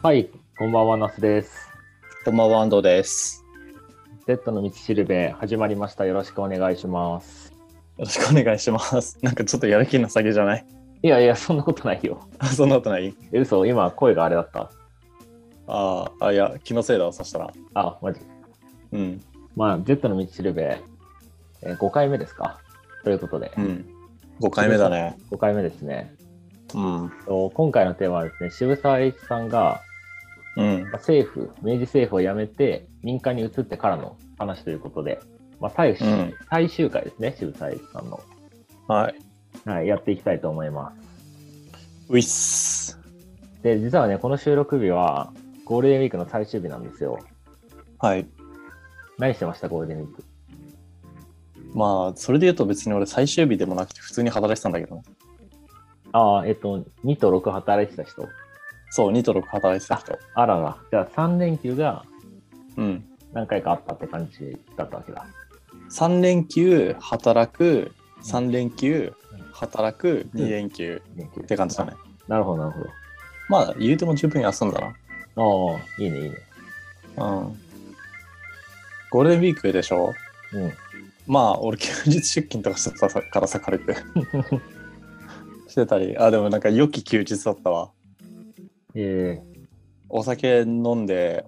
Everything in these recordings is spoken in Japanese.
はい、こんばんは、ナスです。 こんばんは、安藤です。 Z の道しるべ始まりました。よろしくお願いします。 よろしくお願いします。なんかちょっとやる気なさげじゃない？ いやいや、そんなことないよ。 そんなことない？ 嘘、今声があれだった。 いや、気のせいだわ、そしたら。 マジ。 うん。 まあ、Z の道しるべ、5回目ですか。ということで。 うん。5回目だね。 5回目ですね。 うん。 今回のテーマはですね、渋沢栄一さんが、 うん。 明治政府を辞めて民間に移ってからの話ということで、最終回ですね、渋沢栄一さんの。 はい。 はい、やっていきたいと思います。 ウィッス。 で、実はね、この収録日はゴールデンウィークの最終日なんですよ。 はい。 何してました、ゴールデンウィーク？ まあ、それで言うと別に俺最終日でもなくて普通に働いてたんだけどね。 2と6働いてた人。 そう、2と6働いてた人。 あらら。じゃあ3連休がうん。 何回かあったって感じだったわけだ。 3連休働く、3連休働く、2連休って感じだね。 なるほど、なるほど。 まあ、言うても十分休んだな。 いいね、いいね。 うん。ゴールデンウィークでしょ？ うん。 まあ俺休日出勤とかしてたからさ、軽くしてたり、でもなんか良き休日だったわ。お酒飲んで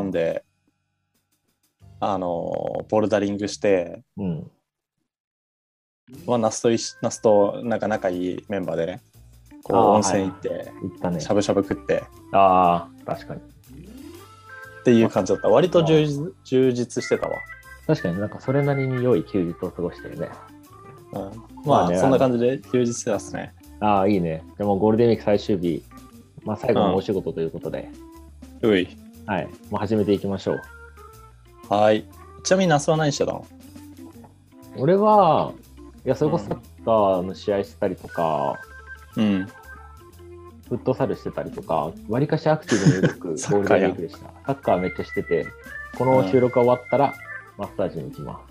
ボルダリングして、 うん。 ナスとなんか仲いいメンバーでね、こう温泉行って、 行ったね。 しゃぶしゃぶ食って、 確かに。っていう感じだった。割と充実してたわ。 確かになんかそれなりに良い休日を過ごしてるね。 まあそんな感じで充実してますね。 いいね。でもゴールデンウィーク最終日、最後のお仕事ということで、はい、始めていきましょう。 はい。ちなみにナスは何してたの？ 俺は、それこそサッカーの試合してたりとか、フットサルしてたりとか、わりかしアクティブに動くゴールデンウィークでした。サッカーめっちゃしてて、この収録が終わったら、マッサージに行きます。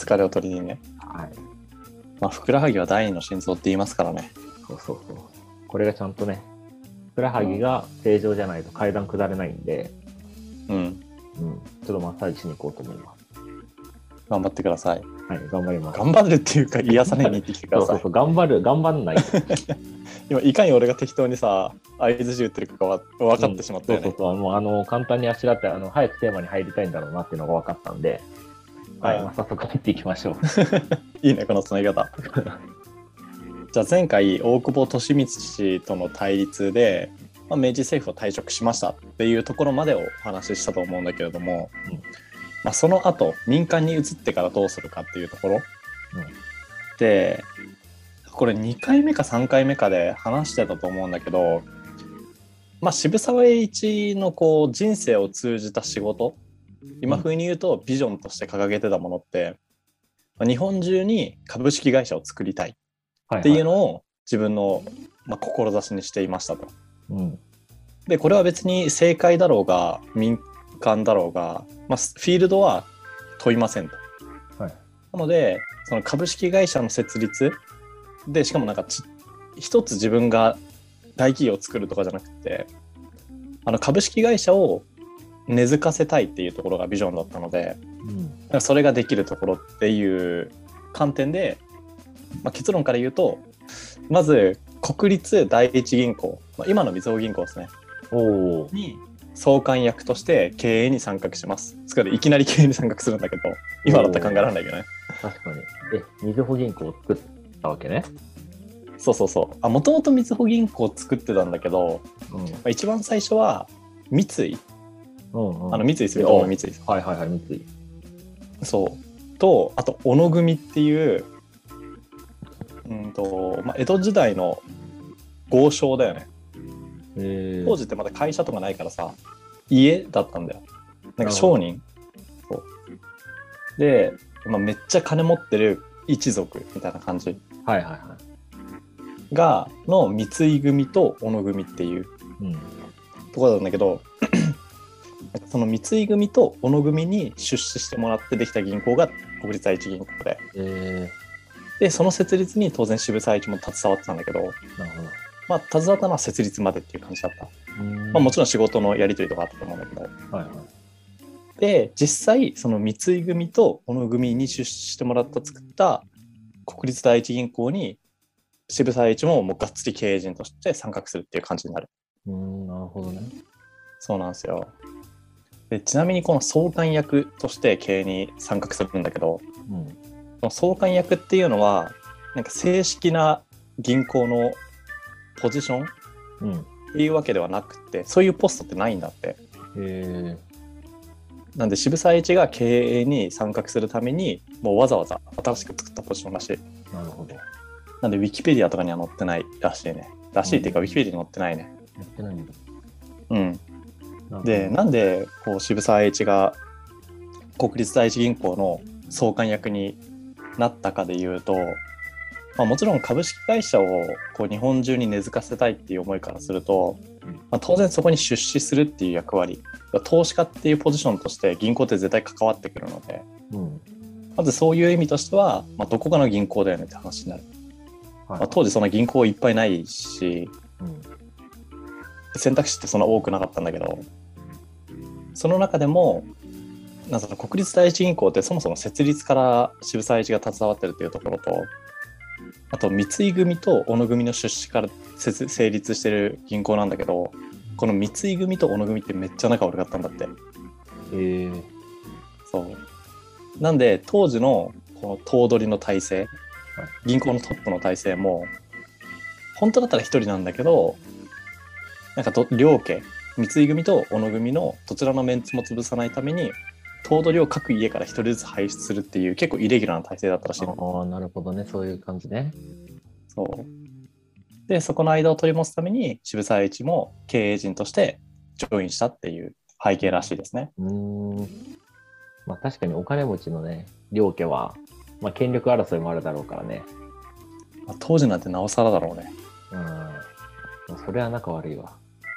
疲れを取りにね。 はい。 ふくらはぎは第二の心臓って言いますからね。 そう。これがちゃんとね、ふくらはぎが正常じゃないと階段下れないんで、ちょっとマッサージしに行こうと思います。 頑張ってください。 はい、頑張ります。 頑張るっていうか、癒されに行ってきてください。 頑張んない。 今、いかに俺が適当にさ、相づち打ってるかが分かってしまったよね。 もう簡単にあしらって、早くテーマに入りたいんだろうなっていうのが分かったんで、早速入っていきましょう。 いいね、このつなぎ方。じゃあ前回、大久保利光氏との対立で、明治政府を退職しましたっていうところまでをお話ししたと思うんだけれども、その後民間に移ってからどうするかっていうところ、でこれ2回目か3回目かで話してたと思うんだけど、渋沢栄一のこう人生を通じた仕事、今風に言うとビジョンとして掲げてたものって、日本中に株式会社を作りたいっていうのを自分の志にしていましたと。でこれは別に政界だろうが民間だろうが、フィールドは問いませんと。なのでその株式会社の設立で、しかもなんか一つ自分が大企業を作るとかじゃなくて、株式会社を根付かせたいっていうところがビジョンだったので、それができるところっていう観点で、結論から言うと、まず国立第一銀行、今のみずほ銀行ですねに総監役として経営に参画します。いきなり経営に参画するんだけど、今だったら考えられないよね。 確かに。みずほ銀行を作ったわけね。 そう。もともとみずほ銀行を作ってたんだけど、一番最初は三井、三井住友の三井。 三井。 そうと、あと小野組っていう、江戸時代の豪商だよね。当時ってまだ会社とかないからさ、家だったんだよ。なんか商人。で、めっちゃ金持ってる一族みたいな感じ。の三井組と小野組っていうところなんだけど、その三井組と小野組に出資してもらってできた銀行が国立第一銀行で、でその設立に当然渋沢栄一も携わってたんだけど、 まあ、携わったのは設立までっていう感じだった。まあ、もちろん仕事のやり取りとかあったと思うんだけど、はいはい、で実際その三井組と小野組に出資してもらった作った国立第一銀行に渋沢栄一ももうがっつり経営陣として参画するっていう感じになる。 なるほどね。 そうなんですよ。でちなみにこの総監役として経営に参画するんだけど、この総監役っていうのはなんか正式な銀行のポジション、っていうわけではなくて、そういうポストってないんだって。なんで渋沢栄一が経営に参画するためにもうわざわざ新しく作ったポジションらしい。 なるほど。 なんでウィキペディアとかには載ってないらしいね。らしいっていうか、ウィキペディアに載ってないね。 載ってないんだ。 でなんでこう渋沢栄一が国立第一銀行の総監役になったかでいうと、まあ、もちろん株式会社をこう日本中に根付かせたいっていう思いからすると、まあ、当然そこに出資するっていう役割、投資家っていうポジションとして銀行って絶対関わってくるので、まずそういう意味としては、まあ、どこかの銀行だよねって話になる。まあ、当時そんな銀行いっぱいないし、選択肢ってそんな多くなかったんだけど、その中でもなんか国立第一銀行ってそもそも設立から渋沢栄一が携わってるっていうところと、あと三井組と小野組の出資から成立してる銀行なんだけど、この三井組と小野組ってめっちゃ仲悪かったんだって。そうなんで当時のこの頭取の体制、銀行のトップの体制も本当だったら一人なんだけど、なんか両家三井組と小野組のどちらのメンツも潰さないために頭取を各家から一人ずつ輩出するっていう結構イレギュラーな体制だったらしい。 ああ、なるほどね、そういう感じね。 そうでそこの間を取り持つために渋沢栄一も経営陣としてジョインしたっていう背景らしいですね。 まあ確かにお金持ちのね両家は、まあ、権力争いもあるだろうからね。 まあ、当時なんてなおさらだろうね。 それは仲悪いわ。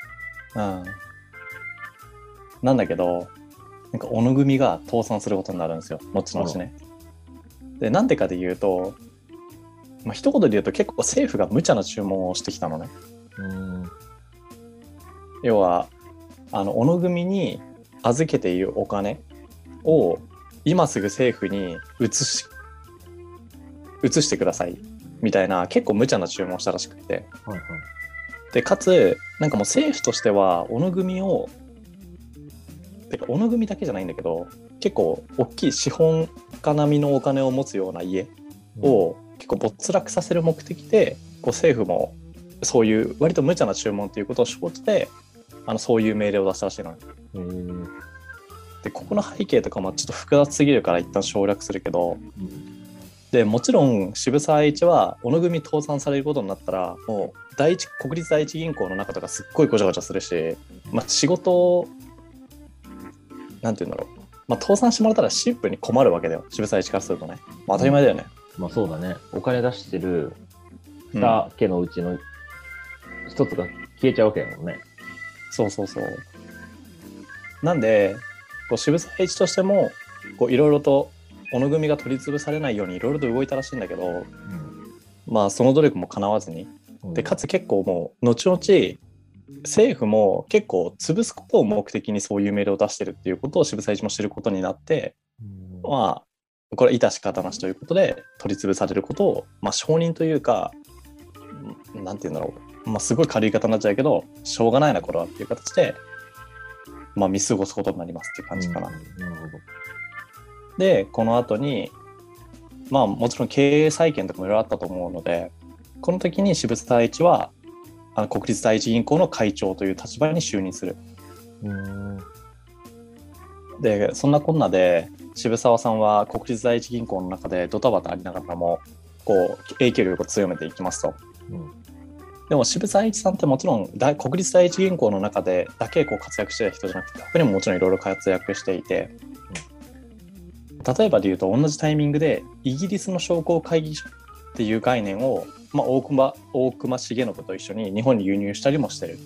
なんだけどなんか小野組が倒産することになるんですよ、後々ね。でなんでかで言うと、まあ、一言で言うと結構政府が無茶な注文をしてきたのね。要は小野組に預けているお金を今すぐ政府に移してくださいみたいな結構無茶な注文をしたらしくて、でかつなんかもう政府としては小野組を小野組だけじゃないんだけど、結構大きい資本家並みのお金を持つような家を結構没落させる目的で、こう政府もそういう割と無茶な注文ということを承知でそういう命令を出したらしいの。でここの背景とかもちょっと複雑すぎるから一旦省略するけど、でもちろん渋沢栄一は小野組倒産されることになったらもう国立第一銀行の中とかすっごいごちゃごちゃするし、まあ、仕事なんて言うんだろう、まあ、倒産してもらったらシンプルに困るわけだよ、渋沢栄一からするとね。まあ、当たり前だよね。 まあそうだね。お金出してる2家のうちの一つが消えちゃうわけだもんね。 そう。なんでこう渋沢栄一としてもいろいろと小野組が取り潰されないようにいろいろと動いたらしいんだけど、まあその努力も叶わずに、でかつ結構もう後々政府も結構潰すことを目的にそういう命令を出してるっていうことを渋沢栄一も知ることになって、まあこれは致し方なしということで取り潰されることを、まあ、承認というか、なんていうんだろう、まあ、すごい軽い言い方になっちゃうけどしょうがないなこれはっていう形で、まあ、見過ごすことになりますっていう感じかな。なるほど。でこの後にまあもちろん経営再建とかもいろいろあったと思うので、この時に渋沢栄一は国立第一銀行の会長という立場に就任する。でそんなこんなで渋沢さんは国立第一銀行の中でドタバタありながらもこう影響力を強めていきますと。でも渋沢栄一さんってもちろん国立第一銀行の中でだけこう活躍してた人じゃなくて、他にももちろんいろいろ活躍していて、例えばで言うと同じタイミングでイギリスの商工会議所っていう概念を、まあ、大隈重信と一緒に日本に輸入したりもしてる。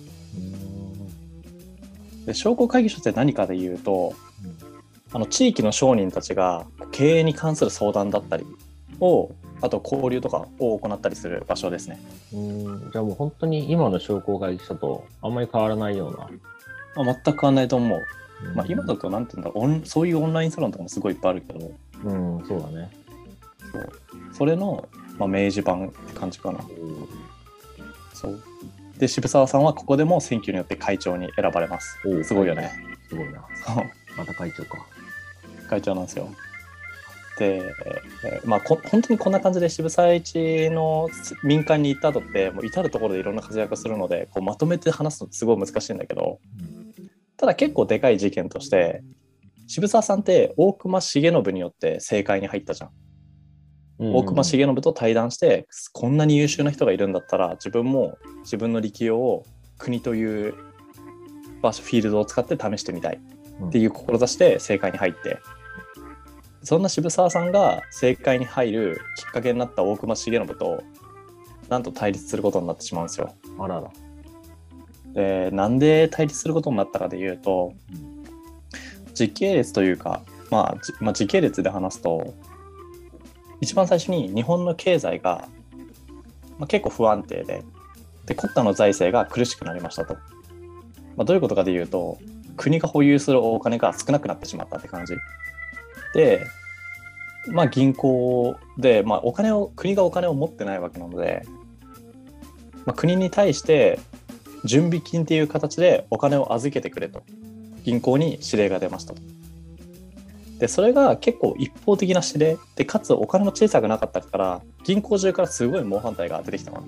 で商工会議所って何かで言うと、地域の商人たちが経営に関する相談だったりをあと交流とかを行ったりする場所ですね。 じゃあもう本当に今の商工会議所とあんまり変わらないような。 全く変わらないと思う。今だとなんていうんだろう、そういうオンラインサロンとかもすごいいっぱいあるけど、 そうだね。 それの、明示版って感じかな。そうで、渋沢さんはここでも選挙によって会長に選ばれます。すごいよね。 すごいな。また会長か。 会長なんですよ。で、本当にこんな感じで渋沢栄一の民間に行った後ってもう至る所でいろんな活躍するので、こうまとめて話すのってすごい難しいんだけど、ただ結構でかい事件として渋沢さんって大隈重信によって政界に入ったじゃん。大隈重信と対談して、こんなに優秀な人がいるんだったら自分も自分の力量を国という場所フィールドを使って試してみたいっていう志で政界に入って、そんな渋沢さんが政界に入るきっかけになった大隈重信となんと対立することになってしまうんですよ。 あらら。 で、なんで対立することになったかでいうと、時系列というか、時系列で話すと、一番最初に日本の経済が、結構不安定で、国家の財政が苦しくなりましたと。どういうことかでいうと、国が保有するお金が少なくなってしまったって感じで、銀行で、国がお金を持ってないわけなので、国に対して準備金っていう形でお金を預けてくれと銀行に指令が出ましたと。で、それが結構一方的な指令で、かつお金も小さくなかったから銀行中からすごい猛反対が出てきたの。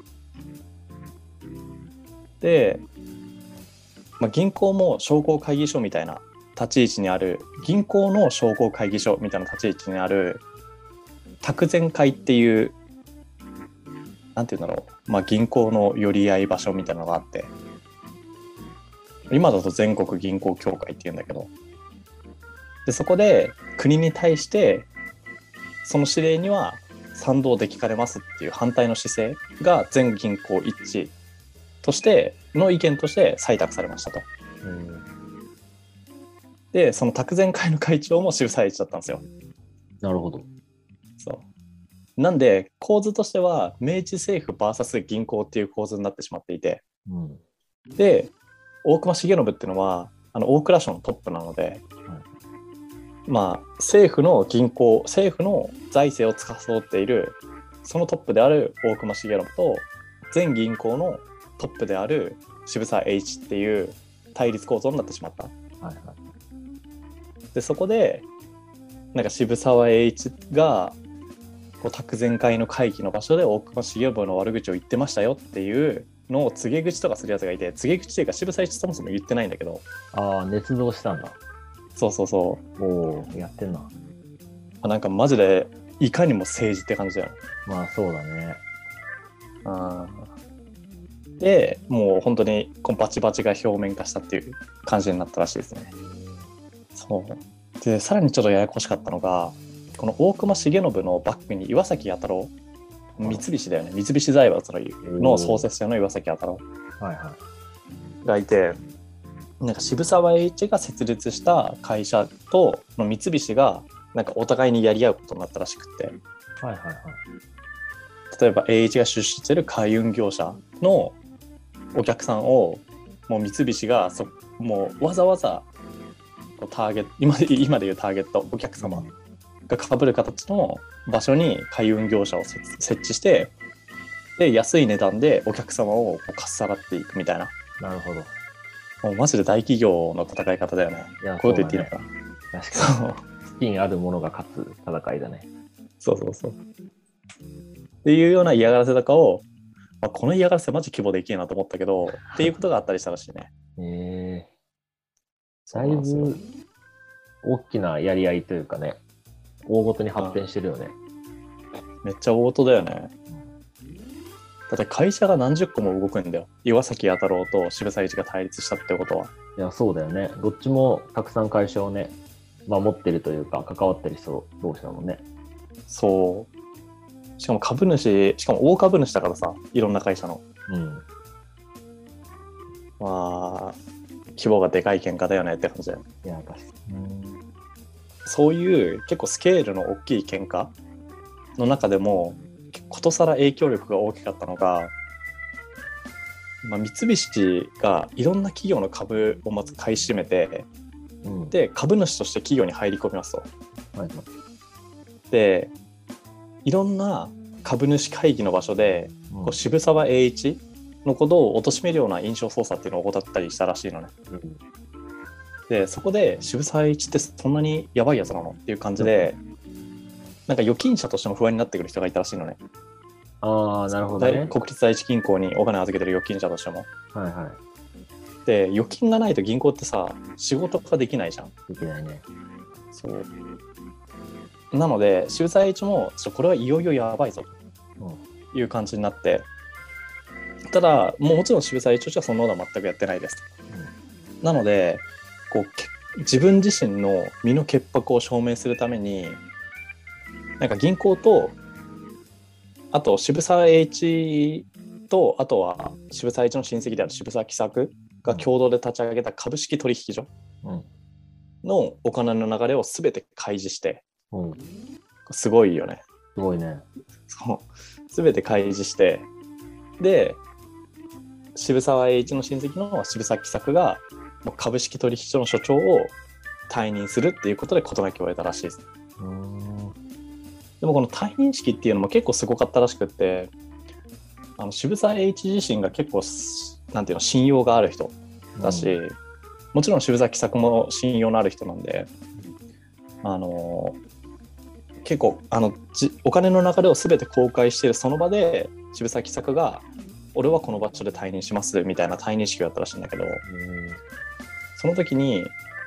で、銀行も商工会議所みたいな立ち位置にある、銀行の商工会議所みたいな立ち位置にある託前会っていう、なんていうんだろう、銀行の寄り合い場所みたいなのがあって、今だと全国銀行協会っていうんだけど、でそこで国に対してその指令には賛同できかねますっていう反対の姿勢が全銀行一致としての意見として採択されましたと。で、その託前会の会長も渋沢栄一だったんですよ。 なるほど。 そうなんで構図としては明治政府 VS 銀行っていう構図になってしまっていて、で大隈重信っていうのは大蔵省のトップなので、政府の銀行、政府の財政を司っているそのトップである大隈重信と全銀行のトップである渋沢栄一っていう対立構造になってしまった。でそこで渋沢栄一が託前会の会議の場所で大隈重信の悪口を言ってましたよっていうのを告げ口とかするやつがいて、告げ口というか渋沢栄一そもそも言ってないんだけど、 捏造したんだ。 そうおやってんな。 マジでいかにも政治って感じだよ。 そうだね。 でもう本当にバチバチが表面化したっていう感じになったらしいですね。そうで、さらにちょっとややこしかったのが、この大隈重信のバックに岩崎弥太郎、三菱だよね、三菱財閥の創設者の岩崎弥太郎がいて、渋沢栄一が設立した会社との三菱がお互いにやり合うことになったらしくて、例えば栄一が出資している海運業者のお客さんをもう三菱がもうわざわざターゲット、今でいうターゲットお客様が被る形の場所に海運業者を設置して、で安い値段でお客様をかっさらっていくみたいな。 なるほど。 もうマジで大企業の戦い方だよね。こういうこと言っていいのかな。 確かに。好きにあるものが勝つ戦いだね。 そうっていうような嫌がらせとかを、この嫌がらせマジ規模できえなと思ったけどっていうことがあったりしたらしいね。 だいぶ大きなやり合いというかね、大ごとに発展してるよね。 めっちゃ大ごとだよね。だって会社が何十個も動くんだよ。岩崎弥太郎と渋沢栄一が対立したってことは。 いや、そうだよね。どっちもたくさん会社をね、持ってるというか関わってる人同士だもんね。 そう。しかも株主、しかも大株主だからさ、いろんな会社の。規模がでかい喧嘩だよねって感じだよ。 いや、確かに。 そういう結構スケールの大きい喧嘩の中でも、 ことさら影響力が大きかったのが、三菱がいろんな企業の株をまず買い占めて、で株主として企業に入り込みますと。でいろんな株主会議の場所で、こう渋沢栄一のことを貶めるような印象操作っていうのを怠ったりしたらしいのね。でそこで渋沢栄一ってそんなにやばいやつなのっていう感じで、なんか預金者としても不安になってくる人がいたらしいのね。 ああ、なるほどね。 国立第一銀行にお金を預けてる預金者としても。で預金がないと銀行ってさ、仕事ができないじゃん。 できないね。 そうなので渋沢栄一もこれはいよいよやばいぞという感じになって、ただもちろん渋沢栄一としてはそんなことは全くやってないです。なのでこう自分自身の身の潔白を証明するために、なんか銀行とあと渋沢栄一と、あとは渋沢栄一の親戚である渋沢喜作が共同で立ち上げた株式取引所のお金の流れを全て開示して、すごいよね。 すごいね。 そう全て開示して、で渋沢栄一の親戚の渋沢喜作が株式取引所の所長を退任するっていうことで事なきを得たらしいです。でもこの退任式っていうのも結構すごかったらしくって、渋沢栄一自身が結構なんていうの、信用がある人だし、もちろん渋沢喜作も信用のある人なんで、結構お金の流れを全て公開しているその場で渋沢喜作が俺はこの場所で退任しますみたいな退任式をやったらしいんだけど、その時に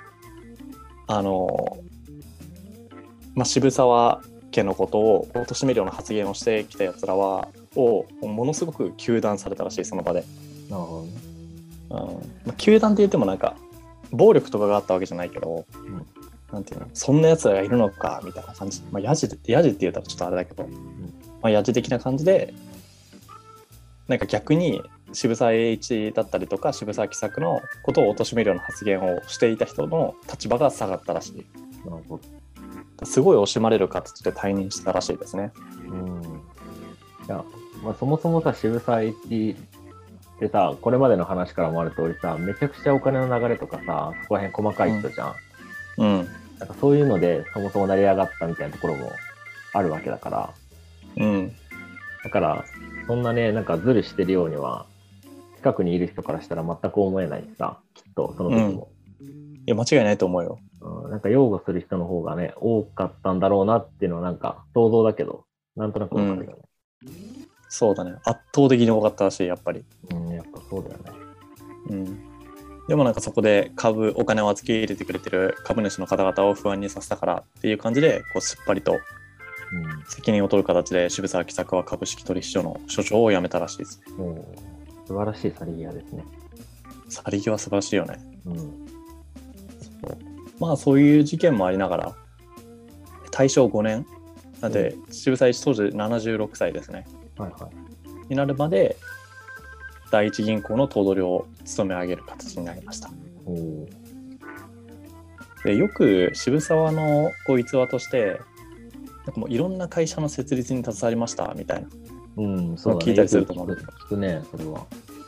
渋沢家のことを貶めるような発言をしてきたやつらをものすごく糾弾されたらしい、その場で。 なるほどね。 糾弾って言ってもなんか暴力とかがあったわけじゃないけど、なんていうの、そんなやつらがいるのかみたいな感じ、ヤジって言ったらちょっとあれだけど、ヤジ的な感じで、なんか逆に渋沢栄一だったりとか渋沢喜作のことを貶めるような発言をしていた人の立場が下がったらしい。 なるほど。 すごい惜しまれる形で退任したらしいですね。 いや、そもそもさ、渋沢栄一ってさ、これまでの話からもある通りさ、めちゃくちゃお金の流れとかさ、そこら辺細かい人じゃん。なんかそういうのでそもそも成り上がったみたいなところもあるわけだから、だからそんなね、なんかズルしてるようには近くにいる人からしたら全く思えないしさ、きっとその時も、 いや間違いないと思うよ。 なんか擁護する人の方がね多かったんだろうなっていうのはなんか想像だけど、なんとなくわかるよね。 そうだね、圧倒的に多かったらしい、やっぱり。 やっぱそうだよね。 でもなんかそこでお金を預け入れてくれてる株主の方々を不安にさせたからっていう感じで、こうすっぱりと責任を取る形で渋沢喜作は株式取引所の所長を辞めたらしいですね。 素晴らしい去り際ですね。 去り際素晴らしいよね。そういう事件もありながら、大正5年なんで、渋沢栄一当時76歳ですね、になるまで第一銀行の頭取を務め上げる形になりました。でよく渋沢の逸話として、なんかもういろんな会社の設立に携わりましたみたいな、 そうだね、 聞いたりすると思う。 聞くね、それは。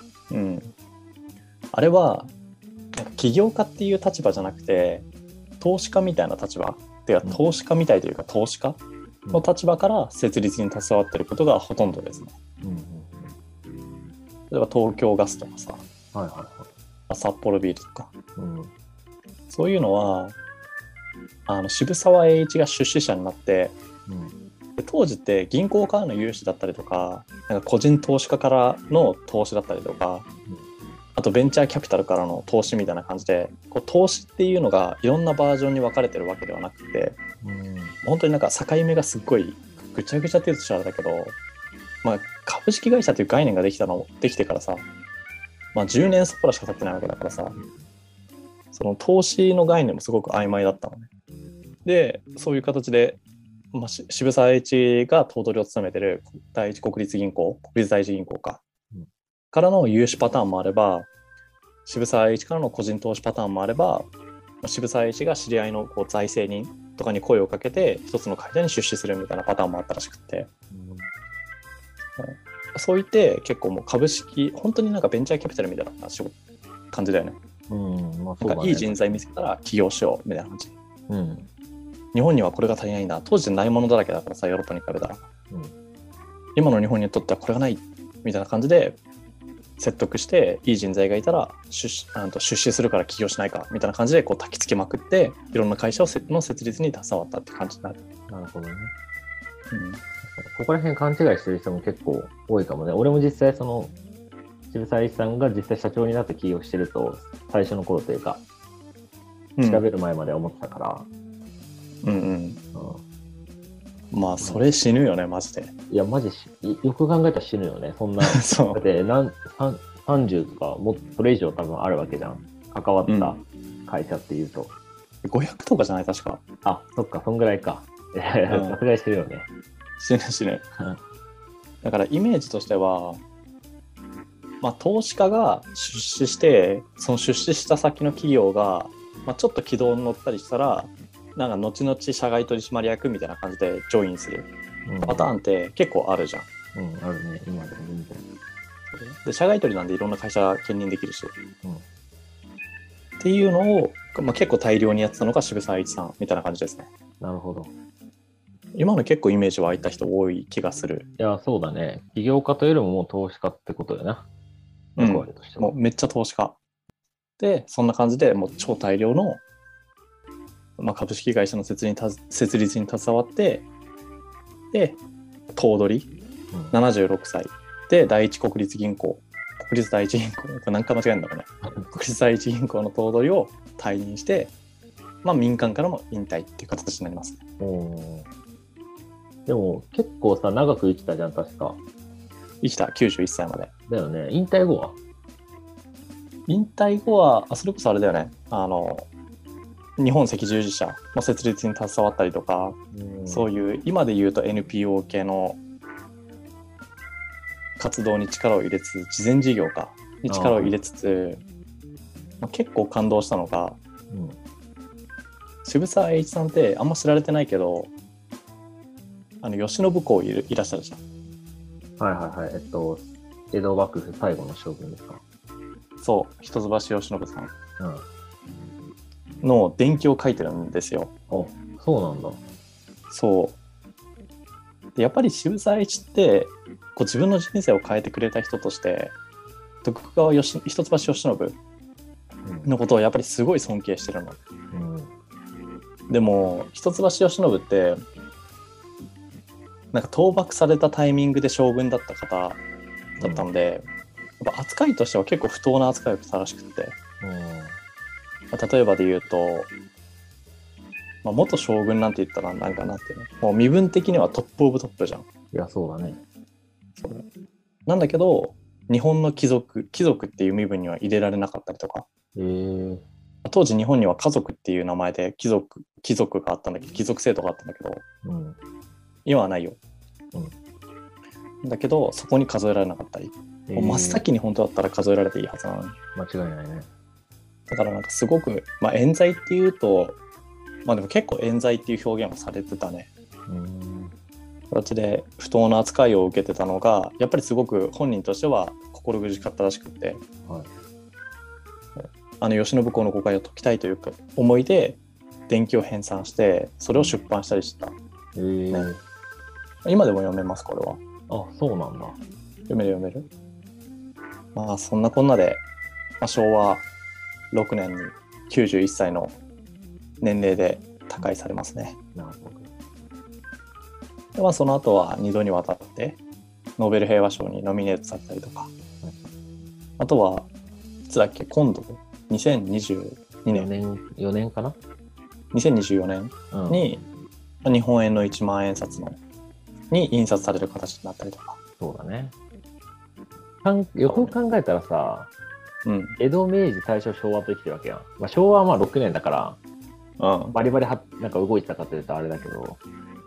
あれはなんか起業家っていう立場じゃなくて、投資家みたいな立場っていうか、投資家みたいというか投資家の立場から設立に携わっていることがほとんどですね。例えば東京ガスとかさ、札幌ビールとか、そういうのは渋沢栄一が出資者になって、で当時って銀行からの融資だったりとか、なんか個人投資家からの投資だったりとか、あとベンチャーキャピタルからの投資みたいな感じで、こう投資っていうのがいろんなバージョンに分かれてるわけではなくて、本当になんか境目がすっごいぐちゃぐちゃっていうとしたらだけど、株式会社という概念ができてからさ、10年そこらしか経ってないわけだからさ、その投資の概念もすごく曖昧だったのね。でそういう形で、渋沢栄一が頭取を務めてる第一国立銀行、国立第一銀行からの融資パターンもあれば、渋沢栄一からの個人投資パターンもあれば、渋沢栄一が知り合いの財政人とかに声をかけて一つの会社に出資するみたいなパターンもあったらしくて、 そう言って結構もう株式、本当になんかベンチャーキャピタルみたいな感じだよね。 まあそうだね。 なんかいい人材見つけたら起業しようみたいな感じ。 うん。 日本にはこれが足りないんだ。当時ないものだらけだからさ、ヨーロッパに比べたら。今の日本にとってはこれがないみたいな感じで説得して、いい人材がいたら出資するから起業しないかみたいな感じでこう焚きつけまくって、いろんな会社の設立に携わったって感じになる。 なるほどね。ここら辺勘違いしてる人も結構多いかもね。俺も実際渋沢栄一さんが実際社長になって起業してると最初の頃というか、調べる前まで思ってたから。 まあそれ死ぬよねマジで。 いやマジよく考えたら死ぬよね。そんなそうだって30とかもっとそれ以上多分あるわけじゃん。関わった会社っていうと、 500とかじゃない確か。 あ、そっか、そんぐらいか。さすがにしてるよね。 死ぬ。だからイメージとしては、まあ、投資家が出資して、その出資した先の企業が、まあ、ちょっと軌道に乗ったりしたら、なんか後々社外取締役みたいな感じでジョインするパターンって結構あるじゃん。 あるね、今でもみたいな。 で社外取りなんでいろんな会社兼任できるし、っていうのを、まあ、結構大量にやってたのが渋沢栄一さんみたいな感じですね。 なるほど。 今の結構イメージ湧いた人多い気がする。 いや、そうだね。起業家というよりももう投資家ってことだよな。 もうめっちゃ投資家。で、そんな感じでもう超大量の、まあ、株式会社の設立に携わって、で、頭取、76歳で第一国立第一銀行、これ何回間違えるんだろうね。国立第一銀行の頭取を退任して、まあ、民間からも引退っていう形になります。 でも結構さ、長く生きたじゃん、確か。 生きた、91歳まで。 だよね。引退後は、それこそあれだよね。日本赤十字社の設立に携わったりとか、そういう今で言うと NPO 系の活動に力を入れつつ、慈善事業に力を入れつつ、まあ、結構感動したのが、渋沢栄一さんってあんま知られてないけど、慶喜公いらっしゃるじゃん。 江戸幕府最後の将軍ですか。 そう、一橋慶喜さんの伝記を書いてるんですよ。 そうなんだ。 そうで、やっぱり渋沢栄一ってこう自分の人生を変えてくれた人として、徳川一橋慶喜のことをやっぱりすごい尊敬してるの。でも一橋慶喜ってなんか倒幕されたタイミングで将軍だった方だったので、やっぱ扱いとしては結構不当な扱いをしたらしくって、例えばで言うと、まあ、元将軍なんて言ったらなんかなってね、もう身分的にはトップオブトップじゃん。いや、そうだね。 なんだけど日本の貴族っていう身分には入れられなかったりとか、当時日本には家族っていう名前で貴族があったんだけど、貴族制度があったんだけど、今はないよ。だけどそこに数えられなかったり、真っ先に本当だったら数えられていいはずなのに。 間違いないね。 だからなんかすごく、まあ、冤罪っていうと、まあでも結構冤罪っていう表現をされてたね。形で不当な扱いを受けてたのが、やっぱりすごく本人としては心苦しかったらしくて、慶喜公の誤解を解きたいというか思いで伝記を編纂してそれを出版したりした、今でも読めます、これは。 そうなんだ。 読める。まあそんなこんなで、昭和6年に91歳の年齢で他界されますね。 なるほど。で、その後は2度にわたってノーベル平和賞にノミネートされたりとか、あとはいつだっけ、今度2022年 4年かな、 2024年に日本円の1万円札に印刷される形になったりとか。 そうだね。よく考えたらさ、江戸、明治、大正、昭和と生きてるわけやん。昭和はまあ6年だから、バリバリなんか動いてたかというとあれだけど、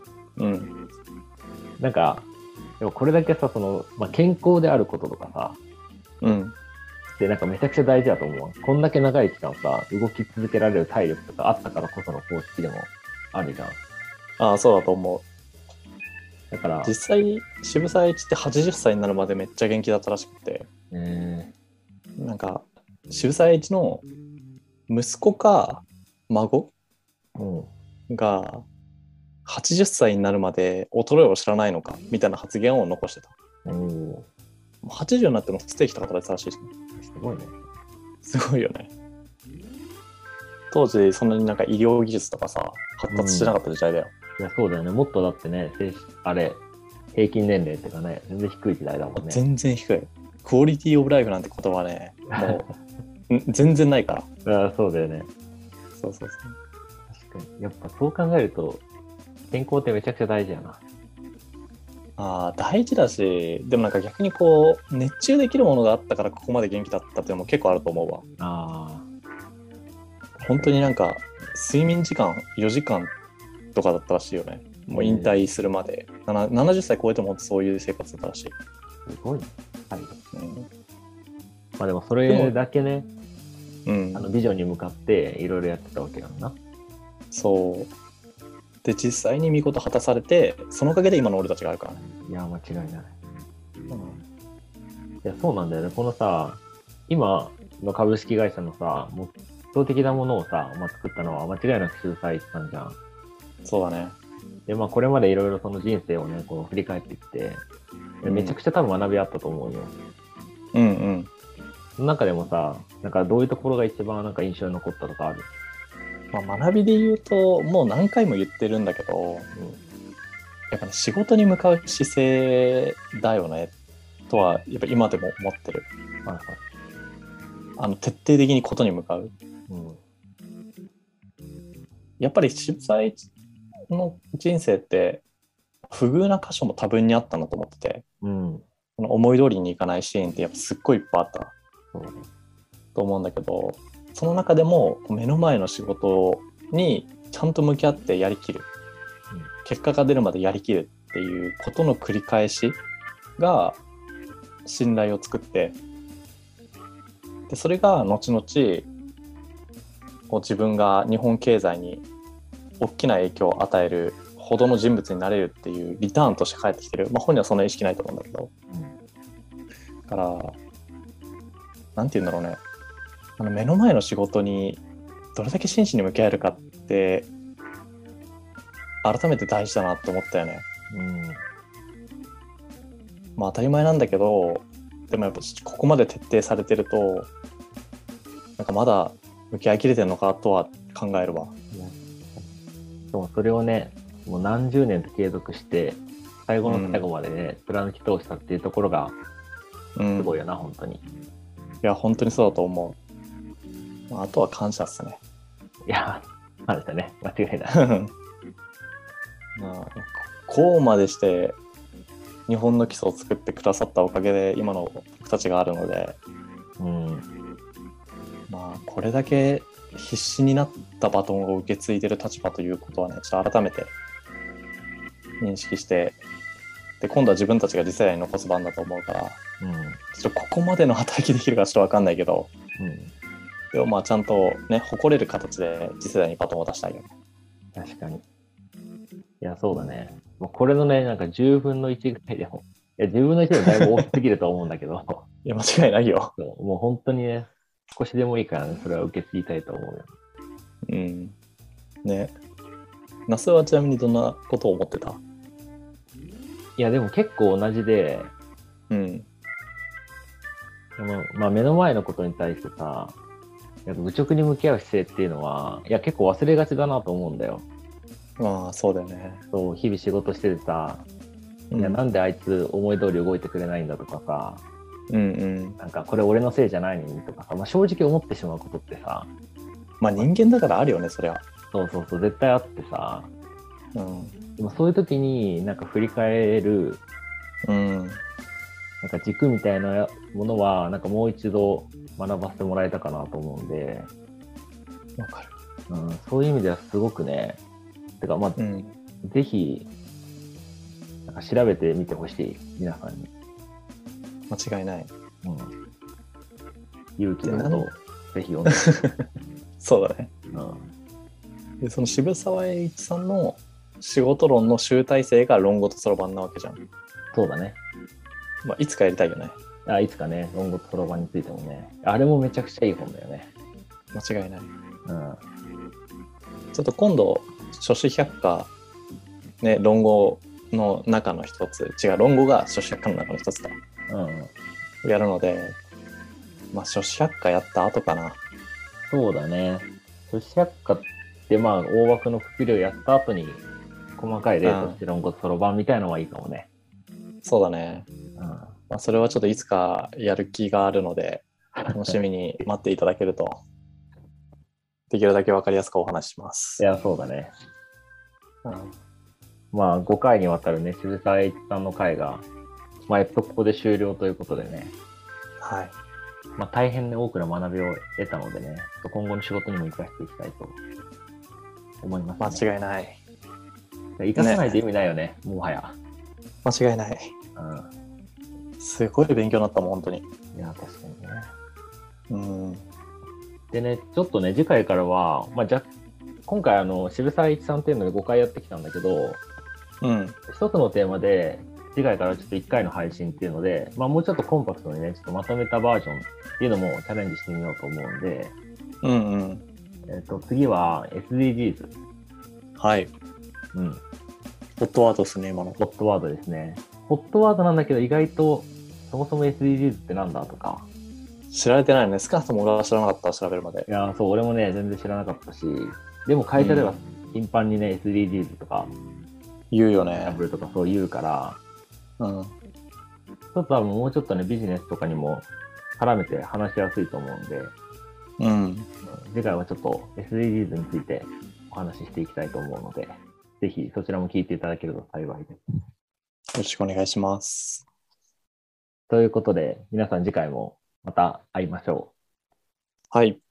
なんかでもこれだけさ、健康であることとかさ、でなんかめちゃくちゃ大事だと思う。こんだけ長い期間さ、動き続けられる体力とかあったからこその方式でもあるじゃん。 そうだと思う。 だから実際渋沢栄一って80歳になるまでめっちゃ元気だったらしくて、なんか渋沢栄一の息子か孫が80歳になるまで衰えを知らないのかみたいな発言を残してた。80になってもステーキとか食べてたらしいしね。 すごいね。 すごいよね。当時そんなになんか医療技術とかさ発達してなかった時代だよ。 いやそうだよね。もっとだってね、あれ平均年齢っていうかね、全然低い時代だもんね。 全然低い。クオリティオブライフなんて言葉はね、もう全然ないから。 あ、そうだよね。 そうそうそう。 確かに。やっぱそう考えると健康ってめちゃくちゃ大事やな。 あ、大事だし、でもなんか逆にこう熱中できるものがあったからここまで元気だったっていうのも結構あると思うわ。本当になんか睡眠時間4時間とかだったらしいよね。もう引退するまで、70歳超えても本当そういう生活だったらしい。すごいね。はい。まあでもそれだけね、ビジョンに向かっていろいろやってたわけやんな。 そう。で実際に見事果たされて、そのおかげで今の俺たちがあるからね。 いや間違いない。いやそうなんだよね。このさ、今の株式会社のさ、目標的なものをさ、作ったのは間違いなく渋沢栄一さんじゃん。 そうだね。 でこれまでいろいろその人生をね、こう振り返ってきて、めちゃくちゃ多分学びあったと思うよ。その中でもさ、なんかどういうところが一番なんか印象に残ったとかある？ 学びで言うともう何回も言ってるんだけど、やっぱね仕事に向かう姿勢だよねとはやっぱ今でも思ってる。徹底的にことに向かう。やっぱり渋沢栄一の人生って不遇な箇所も多分にあったなと思ってて、この思い通りにいかないシーンってやっぱすっごいいっぱいあったと思うんだけど、その中でも目の前の仕事にちゃんと向き合ってやりきる、結果が出るまでやりきるっていうことの繰り返しが信頼を作って、でそれが後々こう自分が日本経済に大きな影響を与えるほどの人物になれるっていうリターンとして返ってきてる。本人はそんな意識ないと思うんだけど、だからなんて言うんだろうね、目の前の仕事にどれだけ真摯に向き合えるかって改めて大事だなって思ったよね。当たり前なんだけど、でもやっぱここまで徹底されてるとなんかまだ向き合いきれてるのかとは考えるわ。 でもそれをね、もう何十年と継続して最後の最後までね、貫き通したっていうところがすごいよな、本当に。いや本当にそうだと思う。あとは感謝っすね。 いや感謝ね、間違いないこうまでして日本の基礎を作ってくださったおかげで今の僕たちがあるので、これだけ必死になったバトンを受け継いでる立場ということはね、ちょっと改めて認識して、で今度は自分たちが次世代に残す番だと思うから、ちょっとここまでの働きできるかちょっと分かんないけど、でもちゃんとね誇れる形で次世代にバトンを出したいよね。 確かに。いやそうだね。もうこれのねなんか10分の1ぐらいでも、いや10分の1でもだいぶ大きすぎると思うんだけどいや間違いないよ。 もう本当にね、少しでもいいからね、それは受け継ぎたいと思うよ。 ね。那須はちなみにどんなことを思ってた？ いやでも結構同じで、目の前のことに対してさ、愚直に向き合う姿勢っていうのは、いや結構忘れがちだなと思うんだよ。 そうだよね。 そう、日々仕事しててさ、いやなんであいつ思い通り動いてくれないんだとかさ、なんかこれ俺のせいじゃないのにとかさ、正直思ってしまうことってさ、 人間だからあるよね、そりゃ。 そう絶対あってさ、でもそういう時になんか振り返る、なんか軸みたいなものはなんかもう一度学ばせてもらえたかなと思うんで、 わかる。 そういう意味ではすごくね、てかぜひなんか調べてみてほしい、皆さんに。 間違いない。 勇気のことをぜひ読んでそうだね。でその渋沢栄一さんの仕事論の集大成が論語とそろばんなわけじゃん。 そうだね。 まあ、いつかやりたいよね。 いつかね、論語とそろばんについてもね。あれもめちゃくちゃいい本だよね。 間違いない。 うん。 ちょっと今度、諸子百科、ね、論語の中の一つ、違う、論語が諸子百科の中の一つだ。 うん。 やるので、まあ、諸子百科やった後かな。 そうだね。諸子百科ってまあ大枠のくくりをやった後に細かい例として論語とそろばんみたいなのはいいかもね。 そうだね。 うん。 まあ、それはちょっといつかやる気があるので、楽しみに待っていただけると、できるだけ分かりやすくお話しします。 いや、そうだね。 うん、 まあ5回にわたるね、渋沢栄一さんの回が、まあここで終了ということでね。 はい。 まあ大変ね、多くの学びを得たのでね、今後の仕事にも活かしていきたいと思います、 ね。間違いない。 活かさないと意味ないよね、もはや。 間違いない。 うん。 すごい勉強になったもん、本当に。 いや、確かにね。 うん。 でね、ちょっとね、次回からは、まあ、今回渋沢栄一さんっていうので5回やってきたんだけど、 うん。 一つのテーマで、次回からちょっと1回の配信っていうので、まあ、もうちょっとコンパクトにね、ちょっとまとめたバージョンっていうのもチャレンジしてみようと思うんで、 うんうん。 次は SDGs。 はい。 うん。 ホットワードですね、今の。 ホットワードですね。ホットワードなんだけど、意外と、そもそも SDGs ってなんだとか。 知られてないのね。少なくとも俺は知らなかった、調べるまで。 いや、そう、俺もね、全然知らなかったし、でも会社では頻繁にね、SDGs とか、 言うよね。 ダブルとかそう言うから、 うん。 ちょっと多分もうちょっとね、ビジネスとかにも絡めて話しやすいと思うんで、 うん。 次回はちょっと SDGs についてお話ししていきたいと思うので、ぜひそちらも聞いていただけると幸いです。よろしくお願いします。 ということで、皆さん次回もまた会いましょう。 はい。